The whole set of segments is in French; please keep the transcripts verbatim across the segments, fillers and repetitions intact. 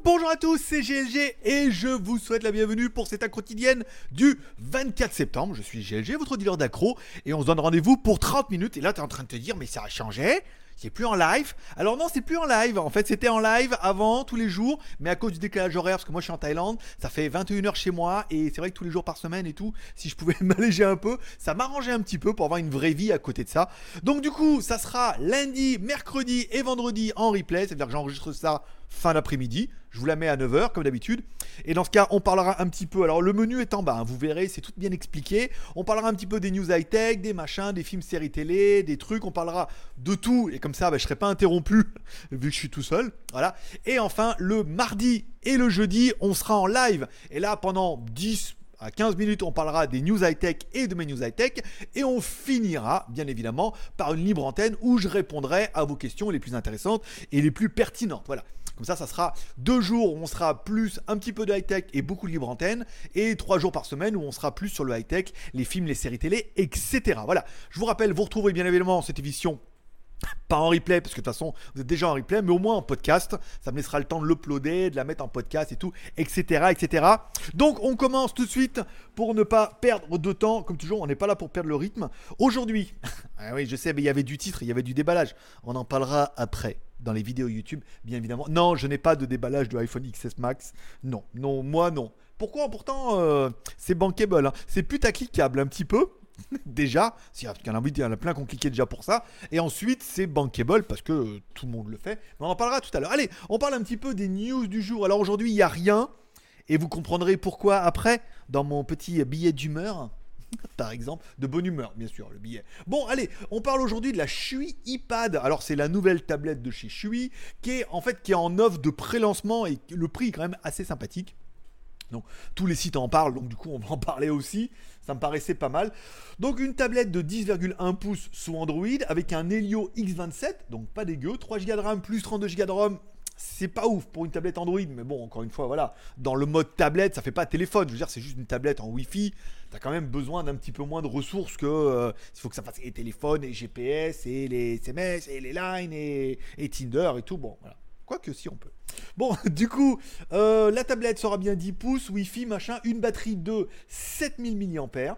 Bonjour à tous, c'est G L G et je vous souhaite la bienvenue pour cette accro quotidienne du vingt-quatre septembre. Je suis G L G, votre dealer d'accro, et on se donne rendez-vous pour trente minutes. Et là, tu es en train de te dire, mais ça a changé, c'est plus en live. Alors non, c'est plus en live. En fait, c'était en live avant, tous les jours, mais à cause du décalage horaire, parce que moi je suis en Thaïlande, ça fait vingt et une heures chez moi, et c'est vrai que tous les jours par semaine et tout, si je pouvais m'alléger un peu, ça m'arrangeait un petit peu pour avoir une vraie vie à côté de ça. Donc du coup, ça sera lundi, mercredi et vendredi en replay, c'est-à-dire que j'enregistre ça fin d'après-midi, je vous la mets à neuf heures comme d'habitude, et dans ce cas on parlera un petit peu, alors le menu est en bas, hein, vous verrez, c'est tout bien expliqué, on parlera un petit peu des news high-tech, des machins, des films, séries télé, des trucs, on parlera de tout, et comme ça bah, je ne serai pas interrompu vu que je suis tout seul, voilà. Et enfin le mardi et le jeudi on sera en live, et là pendant dix à quinze minutes, on parlera des news high-tech et de mes news high-tech, et on finira, bien évidemment, par une libre antenne où je répondrai à vos questions les plus intéressantes et les plus pertinentes. Voilà. Comme ça, ça sera deux jours où on sera plus un petit peu de high-tech et beaucoup de libre antenne, et trois jours par semaine où on sera plus sur le high-tech, les films, les séries télé, et cetera. Voilà. Je vous rappelle, vous retrouverez bien évidemment cette émission pas en replay, parce que de toute façon vous êtes déjà en replay, mais au moins en podcast, ça me laissera le temps de l'uploader, de la mettre en podcast et tout, etc, etc. Donc on commence tout de suite pour ne pas perdre de temps, comme toujours on n'est pas là pour perdre le rythme. Aujourd'hui, ah oui je sais, mais il y avait du titre, il y avait du déballage, on en parlera après dans les vidéos YouTube, bien évidemment. Non, je n'ai pas de déballage de iPhone X S Max, non, non, moi non. Pourquoi? Pourtant euh, c'est bankable, hein. C'est putacliquable un petit peu. Déjà, il y en a, il y en a plein qui ont cliqué déjà pour ça. Et ensuite, c'est bankable parce que euh, tout le monde le fait. Mais on en parlera tout à l'heure. Allez, on parle un petit peu des news du jour. Alors aujourd'hui, il n'y a rien. Et vous comprendrez pourquoi après, dans mon petit billet d'humeur. Par exemple, de bonne humeur, bien sûr, le billet. Bon, allez, on parle aujourd'hui de la Shui iPad. Alors, c'est la nouvelle tablette de chez Shui qui est en fait qui est en offre de pré-lancement et le prix est quand même assez sympathique. Donc tous les sites en parlent, donc du coup on va en parler aussi, ça me paraissait pas mal. Donc une tablette de dix virgule un pouces sous Android avec un Helio X vingt-sept, donc pas dégueu, trois giga de RAM plus trente-deux giga de ROM, c'est pas ouf pour une tablette Android, mais bon encore une fois voilà, dans le mode tablette ça fait pas téléphone, je veux dire c'est juste une tablette en Wi-Fi, t'as quand même besoin d'un petit peu moins de ressources que, euh, il faut que ça fasse les téléphones, les G P S et les S M S et les Line et, et Tinder et tout, bon voilà. Quoique si on peut. Bon, du coup, euh, la tablette sera bien dix pouces, Wi-Fi, machin, une batterie de sept mille milliampères.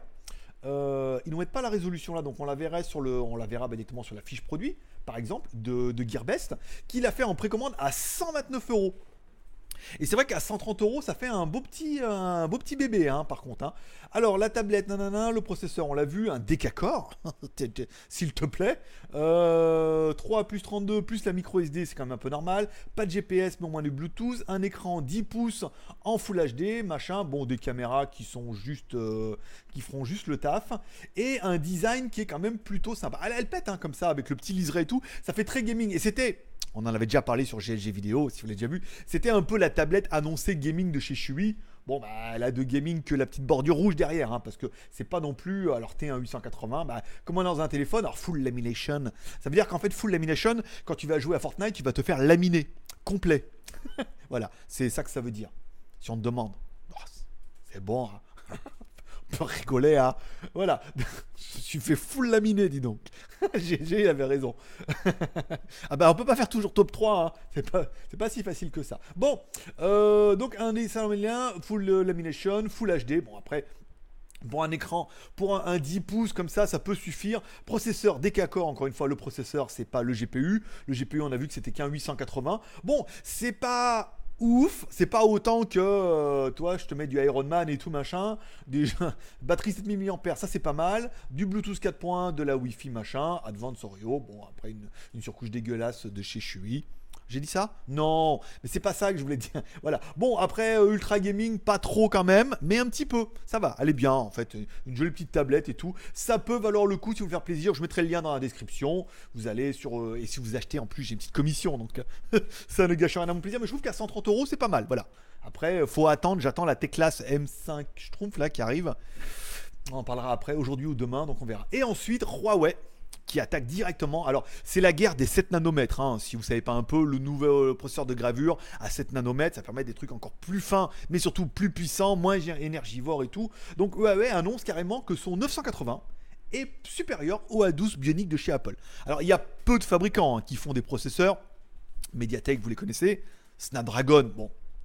Euh, ils ne mettent pas la résolution là, donc on la verra sur le, on la verra directement sur la fiche produit, par exemple, de, de Gearbest, qui l'a fait en précommande à cent vingt-neuf euros. Et c'est vrai qu'à cent trente euros, ça fait un beau petit, un beau petit bébé, hein, par contre. Hein. Alors, la tablette, nanana, le processeur, on l'a vu, un Decacore, s'il te plaît. Euh, trois plus trente-deux plus la micro S D, c'est quand même un peu normal. Pas de G P S, mais au moins du Bluetooth. Un écran dix pouces en Full H D, machin. Bon, des caméras qui sont juste, euh, qui feront juste le taf. Et un design qui est quand même plutôt sympa. Elle, elle pète, hein, comme ça, avec le petit liseré et tout. Ça fait très gaming. Et c'était... On en avait déjà parlé sur G L G Vidéo, si vous l'avez déjà vu. C'était un peu la tablette annoncée gaming de chez Shui. Bon, bah, elle a de gaming que la petite bordure rouge derrière, hein, parce que c'est pas non plus. Alors, T un huit cent quatre-vingts, bah, comme on est dans un téléphone, alors full lamination. Ça veut dire qu'en fait, full lamination, quand tu vas jouer à Fortnite, tu vas te faire laminer complet. Voilà, c'est ça que ça veut dire. Si on te demande, oh, c'est bon, hein. On peut rigoler, hein. Voilà. Je suis fait full laminé, dis donc. G G, il avait raison. Ah bah, on peut pas faire toujours top trois, hein. C'est pas, c'est pas si facile que ça. Bon, euh, donc un dessin full lamination, full H D. Bon, après, pour un écran, pour un, un dix pouces comme ça, ça peut suffire. Processeur Decacore, encore une fois, le processeur, c'est pas le G P U. Le G P U, on a vu que c'était qu'un huit cent quatre-vingts. Bon, c'est pas... ouf, c'est pas autant que euh, toi je te mets du Iron Man et tout machin, déjà batterie sept mille milliampères, ça c'est pas mal, du Bluetooth quatre point un, de la Wi-Fi machin, Advanced Oreo, bon après une, une surcouche dégueulasse de chez Shui. J'ai dit ça? Non, mais c'est pas ça que je voulais dire. Voilà. Bon, après, euh, Ultra Gaming, pas trop quand même, mais un petit peu. Ça va, elle est bien en fait. Une jolie petite tablette et tout. Ça peut valoir le coup si vous faire plaisir. Je mettrai le lien dans la description. Vous allez sur. Euh, et si vous achetez en plus, j'ai une petite commission. Donc ça ne gâche rien à mon plaisir. Mais je trouve qu'à cent trente euros, c'est pas mal. Voilà. Après, faut attendre. J'attends la T-Class M cinq Schtroumpf là qui arrive. On en parlera après, aujourd'hui ou demain. Donc on verra. Et ensuite, Huawei, qui attaque directement. Alors, c'est la guerre des sept nanomètres. Hein. Si vous ne savez pas un peu, le nouveau processeur de gravure à sept nanomètres, ça permet des trucs encore plus fins, mais surtout plus puissants, moins énergivores et tout. Donc, Huawei annonce carrément que son neuf cent quatre-vingts est supérieur au A douze Bionic de chez Apple. Alors, il y a peu de fabricants hein, qui font des processeurs. MediaTek, vous les connaissez. Snapdragon, bon,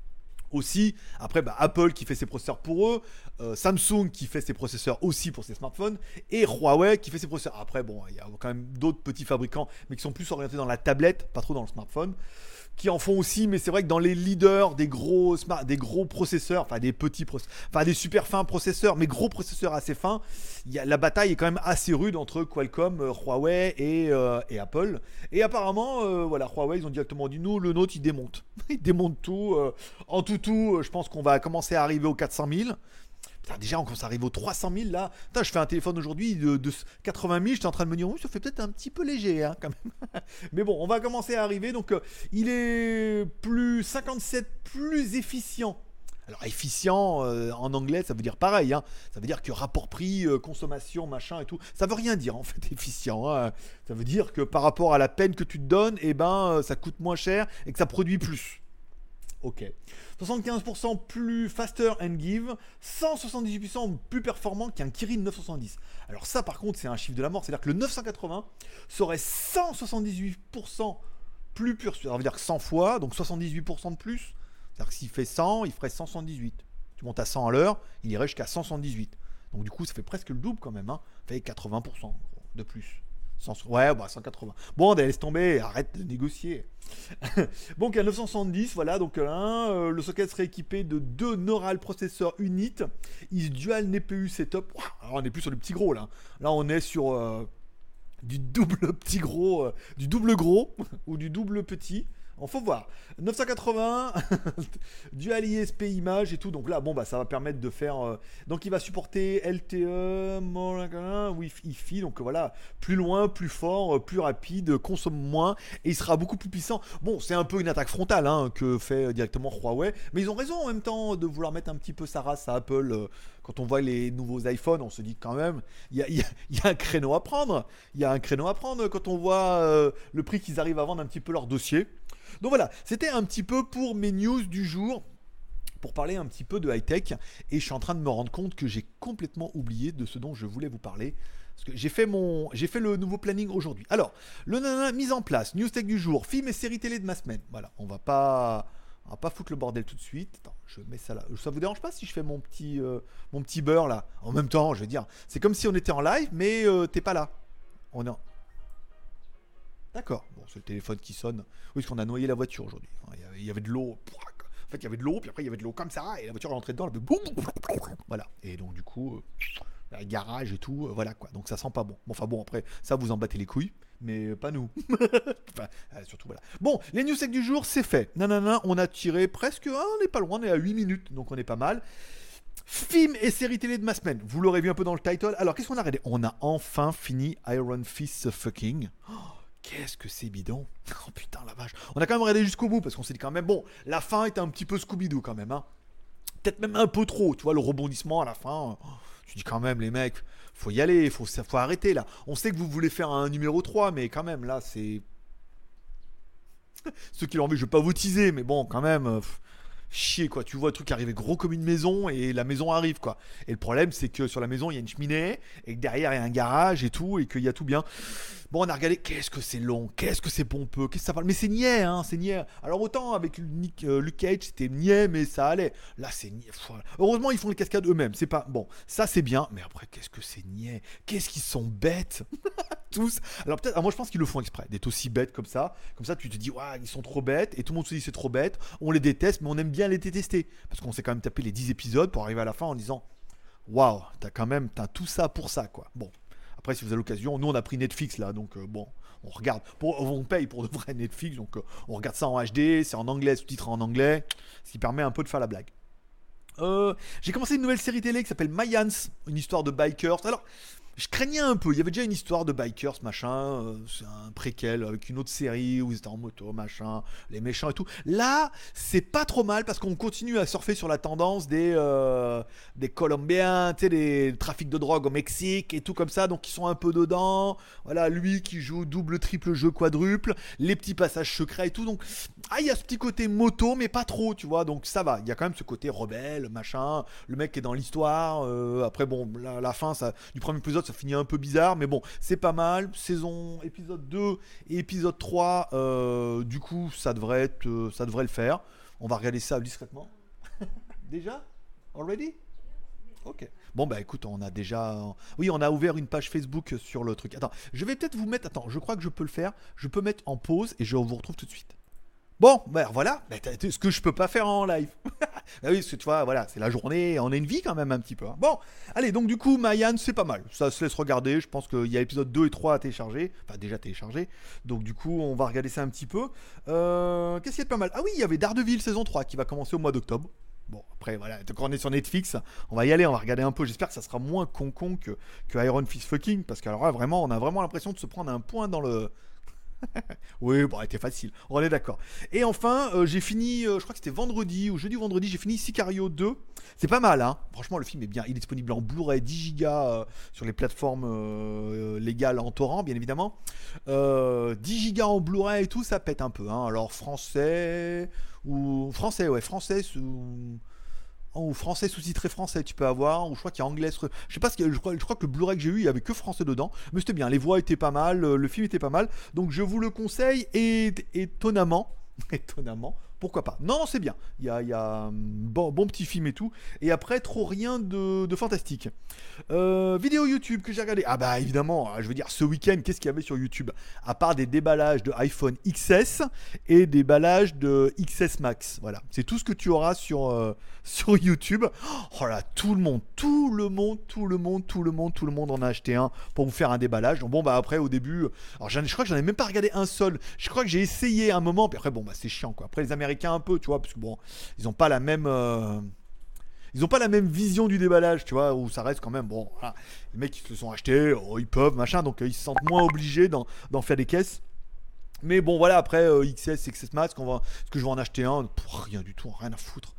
aussi. Après, bah, Apple qui fait ses processeurs pour eux, euh, Samsung qui fait ses processeurs aussi pour ses smartphones, et Huawei qui fait ses processeurs. Après, bon, il y a quand même d'autres petits fabricants, mais qui sont plus orientés dans la tablette, pas trop dans le smartphone, qui en font aussi. Mais c'est vrai que dans les leaders des gros, smart, des gros processeurs, enfin des petits processeurs, enfin des super fins processeurs, mais gros processeurs assez fins, y a, la bataille est quand même assez rude entre Qualcomm, euh, Huawei et, euh, et Apple. Et apparemment, euh, voilà, Huawei, ils ont directement dit nous, le nôtre, il démonte. Il démonte tout. Euh, en tout, tout, euh, je pense qu'on va commencer à arriver aux quatre cent mille. Putain, déjà, on commence à arriver aux trois cent mille là. Putain, je fais un téléphone aujourd'hui de, de quatre-vingt mille. J'étais en train de me dire, oui, ça fait peut-être un petit peu léger, hein, quand même. Mais bon, on va commencer à arriver. Donc, euh, il est plus cinquante-sept, plus efficient. Alors, efficient euh, en anglais, ça veut dire pareil. Hein. Ça veut dire que rapport prix, euh, consommation, machin et tout. Ça veut rien dire en fait, efficient. Hein. Ça veut dire que par rapport à la peine que tu te donnes, eh ben, euh, ça coûte moins cher et que ça produit plus. Ok. soixante-quinze pour cent plus faster and give, cent soixante-dix-huit pour cent plus performant qu'un Kirin neuf cent soixante-dix. Alors ça par contre c'est un chiffre de la mort, c'est-à-dire que le neuf cent quatre-vingts serait cent soixante-dix-huit pour cent plus pur, ça veut dire que cent fois, donc soixante-dix-huit pour cent de plus. C'est-à-dire que s'il fait cent, il ferait cent soixante-dix-huit. Tu montes à cent à l'heure, il irait jusqu'à cent soixante-dix-huit. Donc du coup ça fait presque le double quand même, hein. Ça fait quatre-vingts pour cent de plus. cent, ouais, bah cent quatre-vingts. Bon, laisse tomber, arrête de négocier. Donc, à neuf cent soixante-dix, voilà, donc là, euh, le socket serait équipé de deux Neural processeurs unit, is dual N P U setup. Ouah, alors, on n'est plus sur le petit gros là. Là, on est sur euh, du double petit gros, euh, du double gros ou du double petit. On faut voir. neuf cent quatre-vingts, Dual I S P image et tout. Donc là, bon, bah, ça va permettre de faire. Euh, donc, il va supporter L T E, Wi-Fi. Donc voilà, plus loin, plus fort, plus rapide, consomme moins et il sera beaucoup plus puissant. Bon, c'est un peu une attaque frontale hein, que fait directement Huawei. Mais ils ont raison en même temps de vouloir mettre un petit peu sa race à Apple. Euh, quand on voit les nouveaux iPhones, on se dit quand même, il y a, y, a, y a un créneau à prendre. Il y a un créneau à prendre quand on voit euh, le prix qu'ils arrivent à vendre un petit peu leur dossier. Donc voilà, c'était un petit peu pour mes news du jour, pour parler un petit peu de high-tech. Et je suis en train de me rendre compte que j'ai complètement oublié de ce dont je voulais vous parler. Parce que j'ai fait, mon, j'ai fait le nouveau planning aujourd'hui. Alors, le nana mise en place, news tech du jour, films et séries télé de ma semaine. Voilà, on va pas... On va pas foutre le bordel tout de suite. Attends, je mets ça là. Ça vous dérange pas si je fais mon petit, euh, mon petit beurre là? En même temps, je veux dire, c'est comme si on était en live, mais euh, t'es pas là. On est en... D'accord. Bon, c'est le téléphone qui sonne. Oui, parce qu'on a noyé la voiture aujourd'hui. Il y avait de l'eau. En fait, il y avait de l'eau, puis après, il y avait de l'eau comme ça, et la voiture est rentrée dedans. Elle fait... Voilà. Et donc, du coup, euh, garage et tout, euh, voilà quoi. Donc, ça sent pas bon. Bon, enfin, bon, après, ça, vous en battez les couilles, mais pas nous. Enfin, euh, surtout, voilà. Bon, les news sec du jour, c'est fait. Nanana, on a tiré presque. Ah, on n'est pas loin, on est à huit minutes, donc on est pas mal. Film et série télé de ma semaine. Vous l'aurez vu un peu dans le title. Alors, qu'est-ce qu'on a regardé? On a enfin fini Iron Fist Fucking. Oh, qu'est-ce que c'est bidon. Oh putain la vache. On a quand même regardé jusqu'au bout parce qu'on s'est dit quand même, bon, la fin était un petit peu Scooby-Doo quand même. Hein. Peut-être même un peu trop, tu vois, le rebondissement à la fin. Oh, tu dis quand même, les mecs, faut y aller, faut, faut arrêter là. On sait que vous voulez faire un numéro trois, mais quand même, là, c'est... Ceux qui l'ont envie, je vais pas vous teaser, mais bon, quand même... Pff, chier quoi, tu vois le truc arriver gros comme une maison et la maison arrive quoi. Et le problème c'est que sur la maison il y a une cheminée et que derrière il y a un garage et tout et qu'il y a tout bien. Bon on a regardé, qu'est-ce que c'est long, qu'est-ce que c'est pompeux, qu'est-ce que ça parle, mais c'est niais hein, c'est niais. Alors autant avec Nick, euh, Luke Cage c'était niais mais ça allait. Là c'est niais. Heureusement ils font les cascades eux-mêmes, c'est pas bon, ça c'est bien, mais après qu'est-ce que c'est niais, qu'est-ce qu'ils sont bêtes. Tous. Alors peut-être, alors moi je pense qu'ils le font exprès, d'être aussi bêtes comme ça. Comme ça tu te dis, ouais, ils sont trop bêtes, et tout le monde se dit c'est trop bête, on les déteste, mais on aime bien les détester. Parce qu'on s'est quand même tapé les dix épisodes pour arriver à la fin en disant, waouh, t'as quand même, t'as tout ça pour ça, quoi. Bon, après si vous avez l'occasion, nous on a pris Netflix là, donc euh, bon, on regarde, pour, on paye pour de vrai Netflix, donc euh, on regarde ça en H D, c'est en anglais, sous-titré en anglais, ce qui permet un peu de faire la blague. Euh, j'ai commencé une nouvelle série télé qui s'appelle Mayans, une histoire de bikers. Alors, je craignais un peu, il y avait déjà une histoire de bikers, machin, euh, c'est un préquel avec une autre série où ils étaient en moto, machin, les méchants et tout. Là, c'est pas trop mal parce qu'on continue à surfer sur la tendance des, euh, des Colombiens, tu sais, des trafics de drogue au Mexique et tout comme ça, donc ils sont un peu dedans. Voilà, lui qui joue double, triple jeu, quadruple, les petits passages secrets et tout. Donc, ah, il y a ce petit côté moto, mais pas trop, tu vois, donc ça va. Il y a quand même ce côté rebelle, machin, le mec qui est dans l'histoire. Euh, après, bon, la, la fin ça, du premier épisode, ça finit un peu bizarre, mais bon, c'est pas mal. Saison épisode deux et épisode trois, euh, du coup, ça devrait, être, euh, ça devrait le faire. On va regarder ça discrètement. Déjà? Already? Ok. Bon bah écoute, on a déjà... Oui, on a ouvert une page Facebook sur le truc. Attends, je vais peut-être vous mettre... Attends, je crois que je peux le faire. Je peux mettre en pause et je vous retrouve tout de suite. Bon, ben voilà, ben, t'as- t'as- ce que je peux pas faire en live. Ah oui, parce que tu vois, voilà, c'est la journée, on a une vie quand même un petit peu, hein. Bon, allez, donc du coup, Mayan, c'est pas mal. Ça se laisse regarder. Je pense qu'il y a épisode deux et trois à télécharger. Enfin, déjà téléchargé. Donc du coup, on va regarder ça un petit peu. Euh, Qu'est-ce qu'il y a de pas mal? Ah oui, il y avait Daredevil saison trois qui va commencer au mois d'octobre. Bon, après, voilà, quand on est sur Netflix, on va y aller, on va regarder un peu. J'espère que ça sera moins con-con que, que Iron Fist fucking. Parce qu'alors là, vraiment, on a vraiment l'impression de se prendre un point dans le, oui, bon, c'était facile, on est d'accord. Et enfin, euh, j'ai fini, euh, je crois que c'était vendredi ou jeudi ou vendredi, j'ai fini Sicario deux. C'est pas mal, hein. Franchement, le film est bien. Il est disponible en Blu-ray dix gigas euh, sur les plateformes euh, légales en torrent, bien évidemment. Euh, dix gigas en Blu-ray et tout, ça pète un peu, hein. Alors, français ou. Français, ouais, français sous. Ou français sous-titré français, tu peux avoir, ou je crois qu'il y a anglais. Je sais pas ce que je crois, je crois que le Blu-ray que j'ai eu, il y avait que français dedans, mais c'était bien. Les voix étaient pas mal, le film était pas mal, donc je vous le conseille. Et étonnamment, étonnamment, pourquoi pas. Non, non, c'est bien. Il y a, il y a un bon, bon petit film et tout. Et après, trop rien de, de fantastique. Euh, vidéo YouTube que j'ai regardé. Ah bah évidemment, je veux dire, ce week-end, qu'est-ce qu'il y avait sur YouTube? À part des déballages de iPhone X S et des déballages de X S Max. Voilà, c'est tout ce que tu auras sur, euh, sur YouTube. Oh là, tout le monde, tout le monde, tout le monde, tout le monde, tout le monde en a acheté un pour vous faire un déballage. Donc bon, bah après, au début, alors je crois que j'en ai même pas regardé un seul. Je crois que j'ai essayé un moment, puis après, bon, bah c'est chiant quoi. Après, les Américains un peu, tu vois, parce que bon, ils ont pas la même. Euh, Ils ont pas la même vision du déballage, tu vois, où ça reste quand même, bon, voilà. Les mecs, ils se le sont achetés, oh, ils peuvent, machin, donc euh, ils se sentent moins obligés d'en, d'en faire des caisses. Mais bon, voilà, après, euh, X S, X S Max, on va, est-ce que je vais en acheter un? Pff, rien du tout, rien à foutre.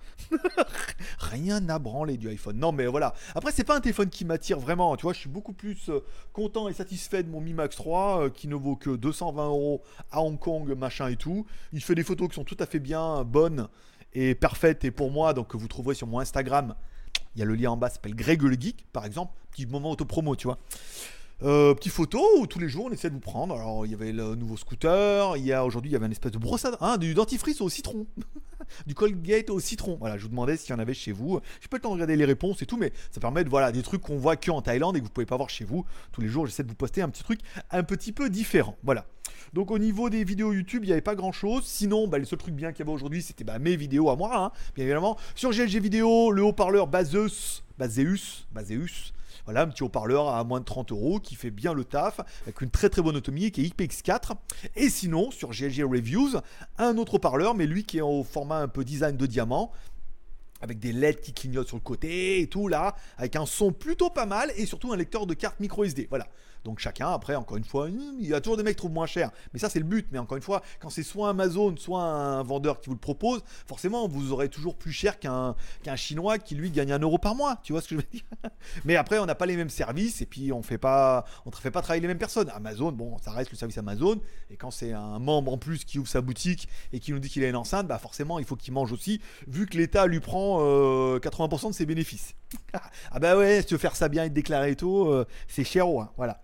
Rien à branler du iPhone. Non, mais voilà. Après, c'est pas un téléphone qui m'attire vraiment. Tu vois, je suis beaucoup plus euh, content et satisfait de mon Mi Max trois euh, qui ne vaut que deux cent vingt euros à Hong Kong, machin et tout. Il fait des photos qui sont tout à fait bien, bonnes et parfaites. Et pour moi, donc que vous trouverez sur mon Instagram, il y a le lien en bas, ça s'appelle Greg le Geek, par exemple. Petit moment auto-promo, tu vois. Euh, petite photo où tous les jours on essaie de vous prendre. Alors il y avait le nouveau scooter, il y a aujourd'hui il y avait une espèce de brosse à dents, hein, du dentifrice au citron, du Colgate au citron. Voilà, je vous demandais s'il y en avait chez vous. J'ai pas le temps de regarder les réponses et tout, mais ça permet de voilà des trucs qu'on voit que en Thaïlande et que vous pouvez pas voir chez vous. Tous les jours j'essaie de vous poster un petit truc un petit peu différent. Voilà. Donc au niveau des vidéos YouTube, il n'y avait pas grand chose. Sinon, bah, le seul truc bien qu'il y avait aujourd'hui, c'était bah, mes vidéos à moi, hein, bien évidemment. Sur G L G Vidéo, le haut-parleur Baseus, Baseus, Baseus. Voilà, un petit haut-parleur à moins de trente euros qui fait bien le taf, avec une très très bonne autonomie qui est I P X quatre. Et sinon, sur G L G Reviews, un autre haut-parleur, mais lui qui est au format un peu design de diamant, avec des L E D qui clignotent sur le côté et tout là, avec un son plutôt pas mal et surtout un lecteur de carte micro S D. Voilà. Donc chacun, après, encore une fois, il y a toujours des mecs qui trouvent moins cher. Mais ça, c'est le but. Mais encore une fois, quand c'est soit Amazon, soit un vendeur qui vous le propose, forcément, vous aurez toujours plus cher qu'un, qu'un Chinois qui, lui, gagne un euro par mois. Tu vois ce que je veux dire? Mais après, on n'a pas les mêmes services et puis on fait pas, on ne fait pas travailler les mêmes personnes. Amazon, bon, ça reste le service Amazon. Et quand c'est un membre en plus qui ouvre sa boutique et qui nous dit qu'il a une enceinte, bah forcément, il faut qu'il mange aussi, vu que l'État lui prend euh, quatre-vingts pour cent de ses bénéfices. Ah bah ouais, si tu veux faire ça bien et te déclarer et tout, euh, c'est cher, hein, voilà.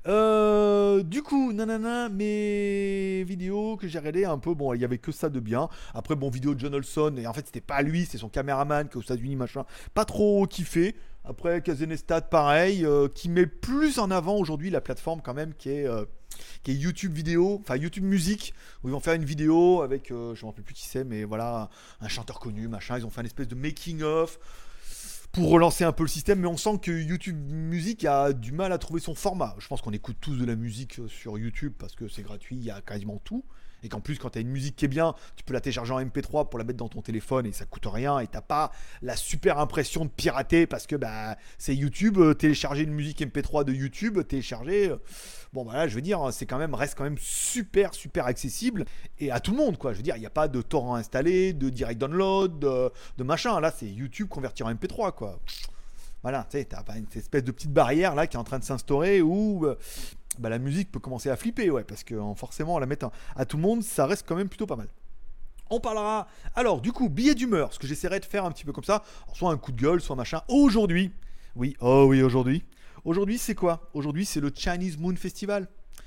Euh, du coup, nanana, mes vidéos que j'ai regardées un peu, bon, il y avait que ça de bien. Après, bon, vidéo de John Olson, et en fait, c'était pas lui, c'est son caméraman qui est aux États-Unis, machin. Pas trop kiffé. Après, Kazenestat, pareil, euh, qui met plus en avant aujourd'hui la plateforme quand même qui est, euh, qui est YouTube vidéo, enfin YouTube musique, où ils vont faire une vidéo avec, euh, je ne me rappelle plus qui c'est, mais voilà, un chanteur connu, machin. Ils ont fait une espèce de making-of pour relancer un peu le système, mais on sent que YouTube Music a du mal à trouver son format. Je pense qu'on écoute tous de la musique sur YouTube parce que c'est gratuit, il y a quasiment tout. Et qu'en plus, quand tu as une musique qui est bien, tu peux la télécharger en M P trois pour la mettre dans ton téléphone et ça coûte rien. Et t'as pas la super impression de pirater parce que bah, c'est YouTube. Euh, télécharger une musique M P trois de YouTube, télécharger. Euh, bon, bah là, je veux dire, c'est quand même, reste quand même super, super accessible et à tout le monde, quoi. Je veux dire, il n'y a pas de torrent installé, de direct download, de, de machin. Là, c'est YouTube convertir en M P trois, quoi. Voilà, tu sais, t'as pas une espèce de petite barrière là qui est en train de s'instaurer où. Euh, bah, la musique peut commencer à flipper, ouais, parce que forcément, la mettre à tout le monde, ça reste quand même plutôt pas mal. On parlera, alors, du coup, billet d'humeur, ce que j'essaierai de faire un petit peu comme ça, alors, soit un coup de gueule, soit machin. Aujourd'hui, oui, oh oui, aujourd'hui. Aujourd'hui, c'est quoi? Aujourd'hui, c'est le Chinese Moon Festival.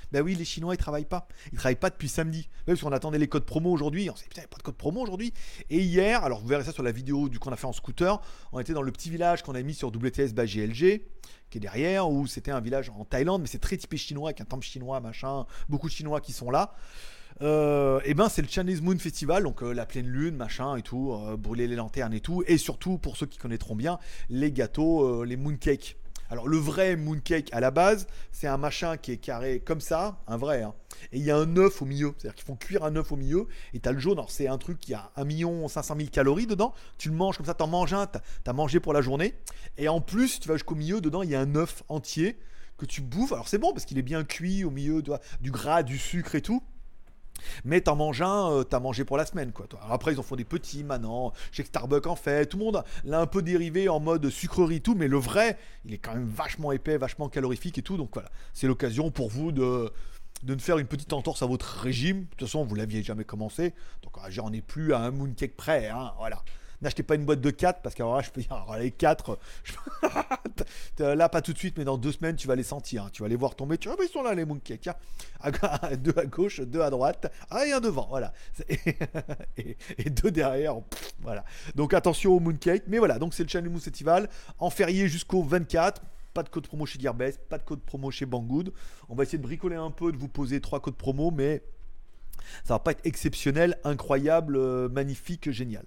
Ben oui, les Chinois ils travaillent pas. Ils travaillent pas depuis samedi. Ouais, parce qu'on attendait les codes promo aujourd'hui. On s'est dit putain, il n'y a pas de code promo aujourd'hui. Et hier, alors vous verrez ça sur la vidéo du qu'on a fait en scooter, on était dans le petit village qu'on a mis sur W T S by G L G, qui est derrière, où c'était un village en Thaïlande, mais c'est très typé chinois, avec un temple chinois, machin, beaucoup de Chinois qui sont là. Euh, et ben c'est le Chinese Moon Festival, donc euh, la pleine lune, machin et tout, euh, brûler les lanternes et tout, et surtout pour ceux qui connaîtront bien, les gâteaux, euh, les mooncakes. Alors le vrai mooncake à la base, c'est un machin qui est carré comme ça, un vrai, hein, et il y a un œuf au milieu, c'est-à-dire qu'ils font cuire un œuf au milieu, et t'as le jaune, alors c'est un truc qui a un million cinq cent mille calories dedans, tu le manges comme ça, t'en manges un, t'as, t'as mangé pour la journée, et en plus tu vas jusqu'au milieu, dedans il y a un œuf entier que tu bouffes, alors c'est bon parce qu'il est bien cuit au milieu, tu vois, du gras, du sucre et tout. Mais t'en manges un, euh, t'as mangé pour la semaine, quoi. Toi. Alors après, ils en font des petits maintenant. Je sais que Starbucks en fait. Tout le monde l'a un peu dérivé en mode sucrerie, tout. Mais le vrai, il est quand même vachement épais, vachement calorifique et tout. Donc voilà, c'est l'occasion pour vous de, de ne faire une petite entorse à votre régime. De toute façon, vous l'aviez jamais commencé. Donc j'en ai plus à un mooncake près. Hein, voilà. N'achetez pas une boîte de quatre parce qu'alors là, je peux dire, alors les quatre, je... là, pas tout de suite, mais dans deux semaines, tu vas les sentir. Hein. Tu vas les voir tomber. Tu vois, ah, ils sont là, les mooncakes. Hein. Deux à gauche, deux à droite. Ah, et un devant. Voilà. Et, et deux derrière. Pff, voilà. Donc, attention aux mooncakes. Mais voilà, donc c'est le Chinese Moon Festival. En férié jusqu'au vingt-quatre. Pas de code promo chez Gearbest. Pas de code promo chez Banggood. On va essayer de bricoler un peu, de vous poser trois codes promo, mais ça va pas être exceptionnel, incroyable, euh, magnifique, génial.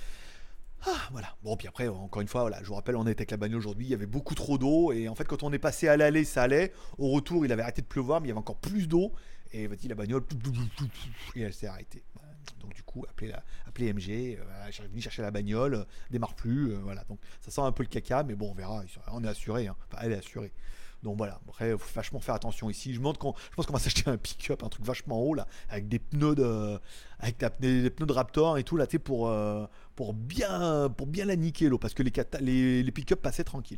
Ah, voilà. Bon, puis après, encore une fois, voilà, je vous rappelle, on était avec la bagnole aujourd'hui, il y avait beaucoup trop d'eau, et en fait, quand on est passé à l'aller, ça allait. Au retour, il avait arrêté de pleuvoir, mais il y avait encore plus d'eau, et vas-y, la bagnole, et elle s'est arrêtée. Donc, du coup, appelez, la, appelez M G, euh, venez chercher la bagnole, euh, démarre plus, euh, voilà. Donc, ça sent un peu le caca, mais bon, on verra, on est assuré, hein. Enfin, elle est assurée. Donc voilà, après, il faut vachement faire attention ici. Je, me demande qu'on, je pense qu'on va s'acheter un pick-up, un truc vachement haut, là, avec des pneus de, avec des, des pneus de Raptor et tout, là, tu sais, pour, euh, pour, bien, pour bien la niquer, l'eau, parce que les, les, les pick-up passaient tranquilles.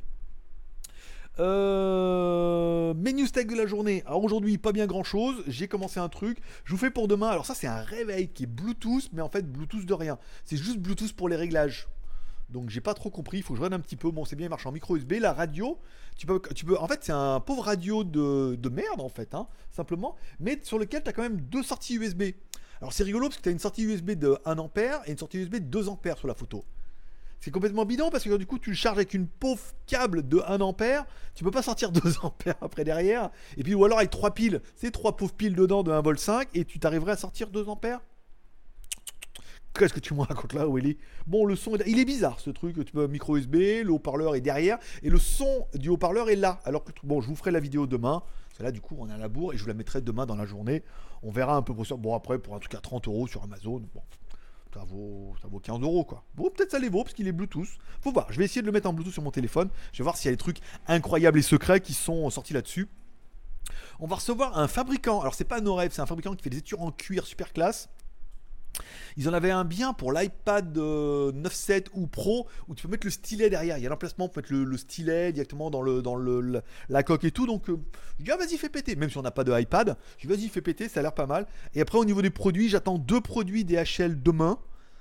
Euh, mes news tech de la journée. Alors aujourd'hui, pas bien grand chose. J'ai commencé un truc. Je vous fais pour demain. Alors ça, c'est un réveil qui est Bluetooth, mais en fait, Bluetooth de rien. C'est juste Bluetooth pour les réglages. Donc j'ai pas trop compris, il faut que je regarde un petit peu. Bon, c'est bien, il marche en micro U S B. La radio, tu peux, tu peux, en fait, c'est un pauvre radio de, de merde, en fait, hein, simplement, mais sur lequel tu as quand même deux sorties U S B. Alors c'est rigolo parce que tu as une sortie U S B de un ampère et une sortie U S B de deux ampères sur la photo. C'est complètement bidon parce que du coup, tu le charges avec une pauvre câble de un ampère. Tu peux pas sortir deux ampères après derrière. Et puis, ou alors avec trois piles, c'est trois pauvres piles dedans de un virgule cinq et tu t'arriverais à sortir deux ampères. Qu'est-ce que tu me racontes là, Willy? Bon, le son, il est bizarre ce truc. Tu peux micro U S B, le haut-parleur est derrière et le son du haut-parleur est là. Alors que bon, je vous ferai la vidéo demain. Parce que là, du coup, on a la bourre et je vous la mettrai demain dans la journée. On verra un peu pour ça. Bon, après, pour un truc à trente euros sur Amazon, bon, ça vaut, ça vaut quinze euros quoi. Bon, peut-être ça les vaut parce qu'il est Bluetooth. Faut voir. Je vais essayer de le mettre en Bluetooth sur mon téléphone. Je vais voir s'il y a des trucs incroyables et secrets qui sont sortis là-dessus. On va recevoir un fabricant. Alors, c'est pas Noref, c'est un fabricant qui fait des étures en cuir super classe. Ils en avaient un bien pour l'iPad euh, neuf sept ou Pro où tu peux mettre le stylet derrière. Il y a l'emplacement pour mettre le, le stylet directement dans, le, dans le, le, la coque et tout. Donc, euh, je dis, ah, vas-y, fais péter. Même si on n'a pas de iPad, je dis, vas-y, fais péter, ça a l'air pas mal. Et après, au niveau des produits, j'attends deux produits D H L demain.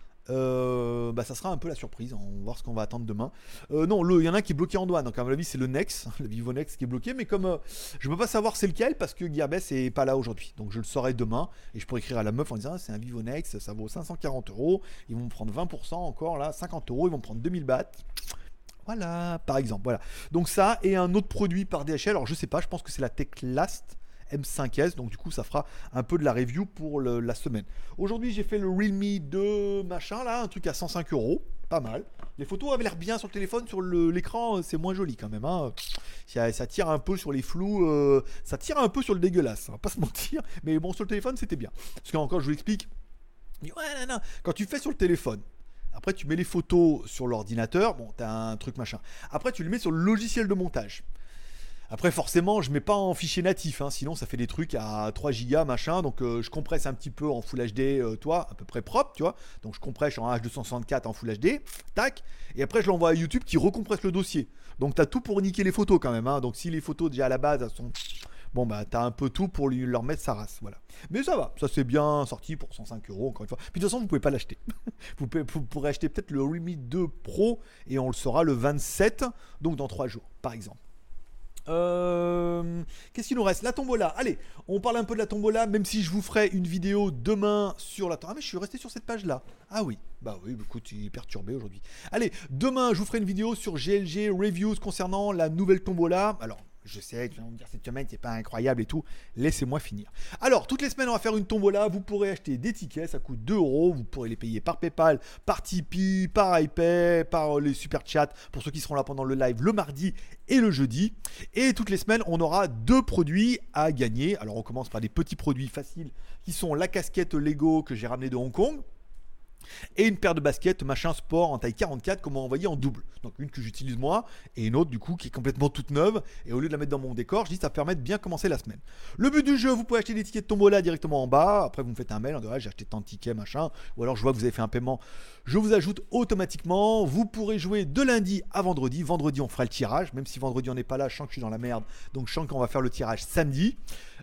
Euh, bah ça sera un peu la surprise, on va voir ce qu'on va attendre demain. Euh, non, il y en a un qui est bloqué en douane, donc à mon avis c'est le Nex, le Vivo Nex qui est bloqué, mais comme euh, je ne peux pas savoir c'est lequel parce que Gearbest est pas là aujourd'hui, donc je le saurai demain et je pourrai écrire à la meuf en disant ah, c'est un Vivo Nex, ça vaut cinq cent quarante euros, ils vont me prendre vingt pour cent encore là, cinquante euros, ils vont me prendre deux mille bahts. Voilà, par exemple, voilà. Donc ça et un autre produit par D H L, alors je sais pas, je pense que c'est la Teclast M cinq S, donc du coup ça fera un peu de la review pour le, la semaine. Aujourd'hui j'ai fait le Realme deux machin là, un truc à cent cinq euros, pas mal. Les photos avaient l'air bien sur le téléphone, sur le, l'écran c'est moins joli quand même, hein. ça, ça tire un peu sur les flous, euh, ça tire un peu sur le dégueulasse, on va pas se mentir, mais bon sur le téléphone c'était bien. Parce qu'encore je vous explique, ouais, non, non. Quand tu fais sur le téléphone, après tu mets les photos sur l'ordinateur, bon t'as un truc machin, après tu les mets sur le logiciel de montage. Après forcément je mets pas en fichier natif, hein, sinon ça fait des trucs à trois gigas machin, donc euh, je compresse un petit peu en Full H D, euh, toi, à peu près propre, tu vois, donc je compresse en H deux cent soixante-quatre en Full H D, tac, et après je l'envoie à YouTube qui recompresse le dossier, donc t'as tout pour niquer les photos quand même, hein, donc si les photos déjà à la base elles sont... Bon bah t'as un peu tout pour lui, leur mettre sa race, voilà. Mais ça va, ça c'est bien sorti pour cent cinq euros encore une fois. Puis de toute façon vous pouvez pas l'acheter. vous, pouvez, vous pourrez acheter peut-être le Realme deux Pro et on le saura le vingt-sept, donc dans trois jours par exemple. Euh, Qu'est-ce qu'il nous reste? La tombola. Allez, on parle un peu de la tombola, même si je vous ferai une vidéo demain sur la... Ah mais je suis resté sur cette page-là. Ah oui, bah oui, bah écoute, il est perturbé aujourd'hui. Allez, demain, je vous ferai une vidéo sur G L G Reviews concernant la nouvelle tombola. Alors, je sais, tu vas me dire cette semaine, c'est pas incroyable et tout. Laissez-moi finir. Alors, toutes les semaines, on va faire une tombola. Vous pourrez acheter des tickets, ça coûte deux euros. Vous pourrez les payer par PayPal, par Tipeee, par iPay, par les super chats pour ceux qui seront là pendant le live le mardi et le jeudi. Et toutes les semaines, on aura deux produits à gagner. Alors, on commence par des petits produits faciles qui sont la casquette Lego que j'ai ramenée de Hong Kong. Et une paire de baskets machin sport en taille quarante-quatre qu'on m'a envoyé en double. Donc une que j'utilise moi et une autre du coup qui est complètement toute neuve. Et au lieu de la mettre dans mon décor, je dis ça permet de bien commencer la semaine. Le but du jeu, vous pouvez acheter des tickets de tombola directement en bas. Après vous me faites un mail en disant ah, j'ai acheté tant de tickets machin. Ou alors je vois que vous avez fait un paiement. Je vous ajoute automatiquement. Vous pourrez jouer de lundi à vendredi. Vendredi on fera le tirage. Même si vendredi on n'est pas là, je sens que je suis dans la merde. Donc je sens qu'on va faire le tirage samedi.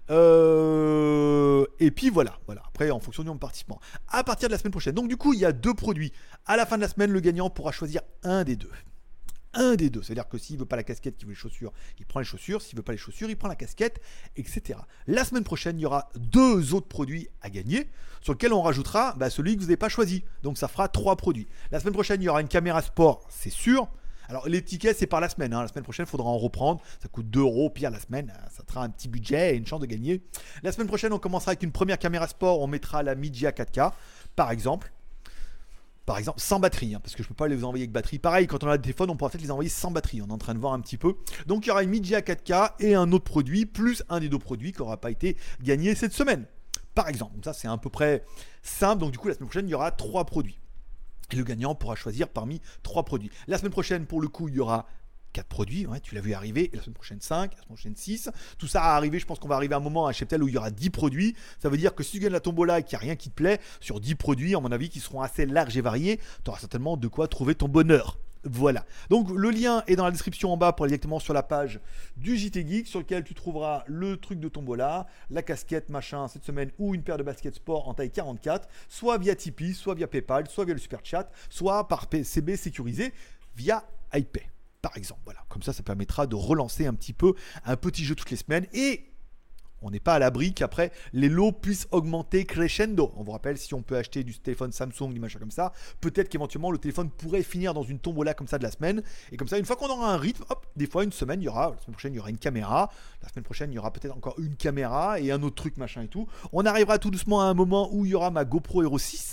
Euh... Et puis voilà, voilà. Après, en fonction du nombre de participants. À partir de la semaine prochaine. Donc du coup, il y a deux produits. À la fin de la semaine, le gagnant pourra choisir un des deux. Un des deux. C'est-à-dire que s'il veut pas la casquette, qu'il veut les chaussures, il prend les chaussures. S'il veut pas les chaussures, il prend la casquette, et cetera. La semaine prochaine, il y aura deux autres produits à gagner, sur lesquels on rajoutera bah, celui que vous n'avez pas choisi. Donc ça fera trois produits. La semaine prochaine, il y aura une caméra sport, c'est sûr. Alors les tickets c'est par la semaine, hein. La semaine prochaine il faudra en reprendre, ça coûte deux euros, pire la semaine, ça te fera un petit budget et une chance de gagner. La semaine prochaine on commencera avec une première caméra sport, on mettra la Mijia quatre K par exemple. Par exemple sans batterie, hein, parce que je ne peux pas les envoyer avec batterie. Pareil, quand on a le téléphone on pourra peut-être les envoyer sans batterie, on est en train de voir un petit peu. Donc il y aura une Mijia quatre K et un autre produit, plus un des deux produits qui n'aura pas été gagné cette semaine. Par exemple, donc ça c'est à peu près simple, donc du coup la semaine prochaine il y aura trois produits. Et le gagnant pourra choisir parmi trois produits. La semaine prochaine, pour le coup, il y aura quatre produits. Ouais, tu l'as vu arriver. Et la semaine prochaine, cinq. La semaine prochaine, six. Tout ça a arrivé. Je pense qu'on va arriver à un moment à Cheptel où il y aura dix produits. Ça veut dire que si tu gagnes la tombola et qu'il n'y a rien qui te plaît, sur dix produits, à mon avis, qui seront assez larges et variés, tu auras certainement de quoi trouver ton bonheur. Voilà. Donc le lien est dans la description en bas pour aller directement sur la page du J T Geek sur lequel tu trouveras le truc de tombola, la casquette machin cette semaine ou une paire de baskets sport en taille quarante-quatre, soit via Tipeee, soit via PayPal, soit via le super chat, soit par P C B sécurisé via iPay. Par exemple, voilà. Comme ça, ça permettra de relancer un petit peu un petit jeu toutes les semaines et on n'est pas à l'abri qu'après les lots puissent augmenter crescendo. On vous rappelle, si on peut acheter du téléphone Samsung, du machin comme ça, peut-être qu'éventuellement le téléphone pourrait finir dans une tombola comme ça de la semaine. Et comme ça, une fois qu'on aura un rythme, hop, des fois une semaine, il y aura, la semaine prochaine, il y aura une caméra. La semaine prochaine, il y aura peut-être encore une caméra et un autre truc, machin et tout. On arrivera tout doucement à un moment où il y aura ma GoPro Hero six.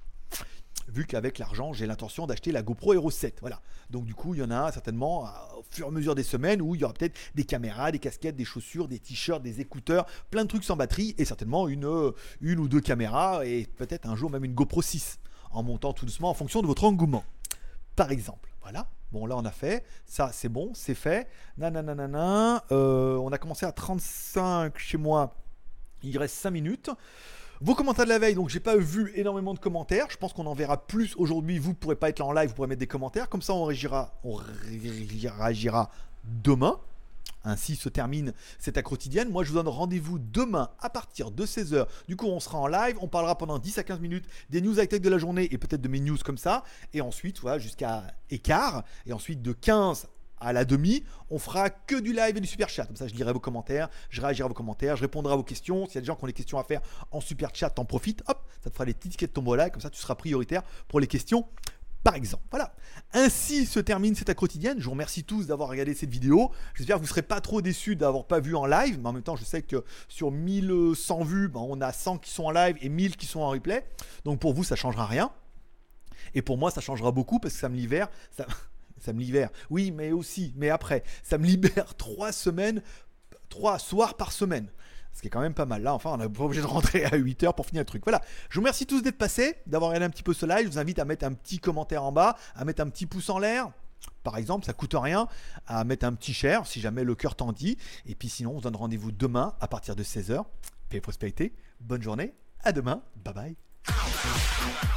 Vu qu'avec l'argent, j'ai l'intention d'acheter la GoPro Hero sept. Voilà. Donc du coup, il y en a certainement au fur et à mesure des semaines où il y aura peut-être des caméras, des casquettes, des chaussures, des t-shirts, des écouteurs, plein de trucs sans batterie et certainement une, une ou deux caméras et peut-être un jour même une GoPro six en montant tout doucement en fonction de votre engouement. Par exemple. Voilà. Bon, là, on a fait. Ça, c'est bon, c'est fait. Nananana. Euh, on a commencé à trente-cinq chez moi. Il reste cinq minutes. Vos commentaires de la veille, donc j'ai pas vu énormément de commentaires. Je pense qu'on en verra plus aujourd'hui. Vous pourrez pas être là en live, vous pourrez mettre des commentaires. Comme ça, on réagira, on réagira demain. Ainsi se termine cette accro quotidienne. Moi, je vous donne rendez-vous demain à partir de seize heures. Du coup, on sera en live. On parlera pendant dix à quinze minutes des news high-tech de la journée et peut-être de mes news comme ça. Et ensuite, voilà, jusqu'à écart. Et ensuite, de quinze à la demi, on fera que du live et du super chat. Comme ça, je lirai vos commentaires, je réagirai à vos commentaires, je répondrai à vos questions. S'il y a des gens qui ont des questions à faire en super chat, t'en profites. Hop, ça te fera des petits tickets de tombola. Comme ça, tu seras prioritaire pour les questions. Par exemple, voilà. Ainsi se termine cette accro quotidienne. Je vous remercie tous d'avoir regardé cette vidéo. J'espère que vous ne serez pas trop déçus d'avoir pas vu en live. Mais en même temps, je sais que sur mille cent vues, ben, on a cent qui sont en live et mille qui sont en replay. Donc pour vous, ça ne changera rien. Et pour moi, ça changera beaucoup parce que ça me libère. Ça, ça me libère. Oui, mais aussi, mais après, ça me libère trois semaines, trois soirs par semaine. Ce qui est quand même pas mal. Là, enfin, on n'est pas obligé de rentrer à huit heures pour finir le truc. Voilà. Je vous remercie tous d'être passés, d'avoir regardé un petit peu ce live. Je vous invite à mettre un petit commentaire en bas, à mettre un petit pouce en l'air. Par exemple, ça coûte rien. À mettre un petit share si jamais le cœur t'en dit. Et puis sinon, on se donne rendez-vous demain à partir de seize heures. Paix et prospérité. Bonne journée. À demain. Bye bye.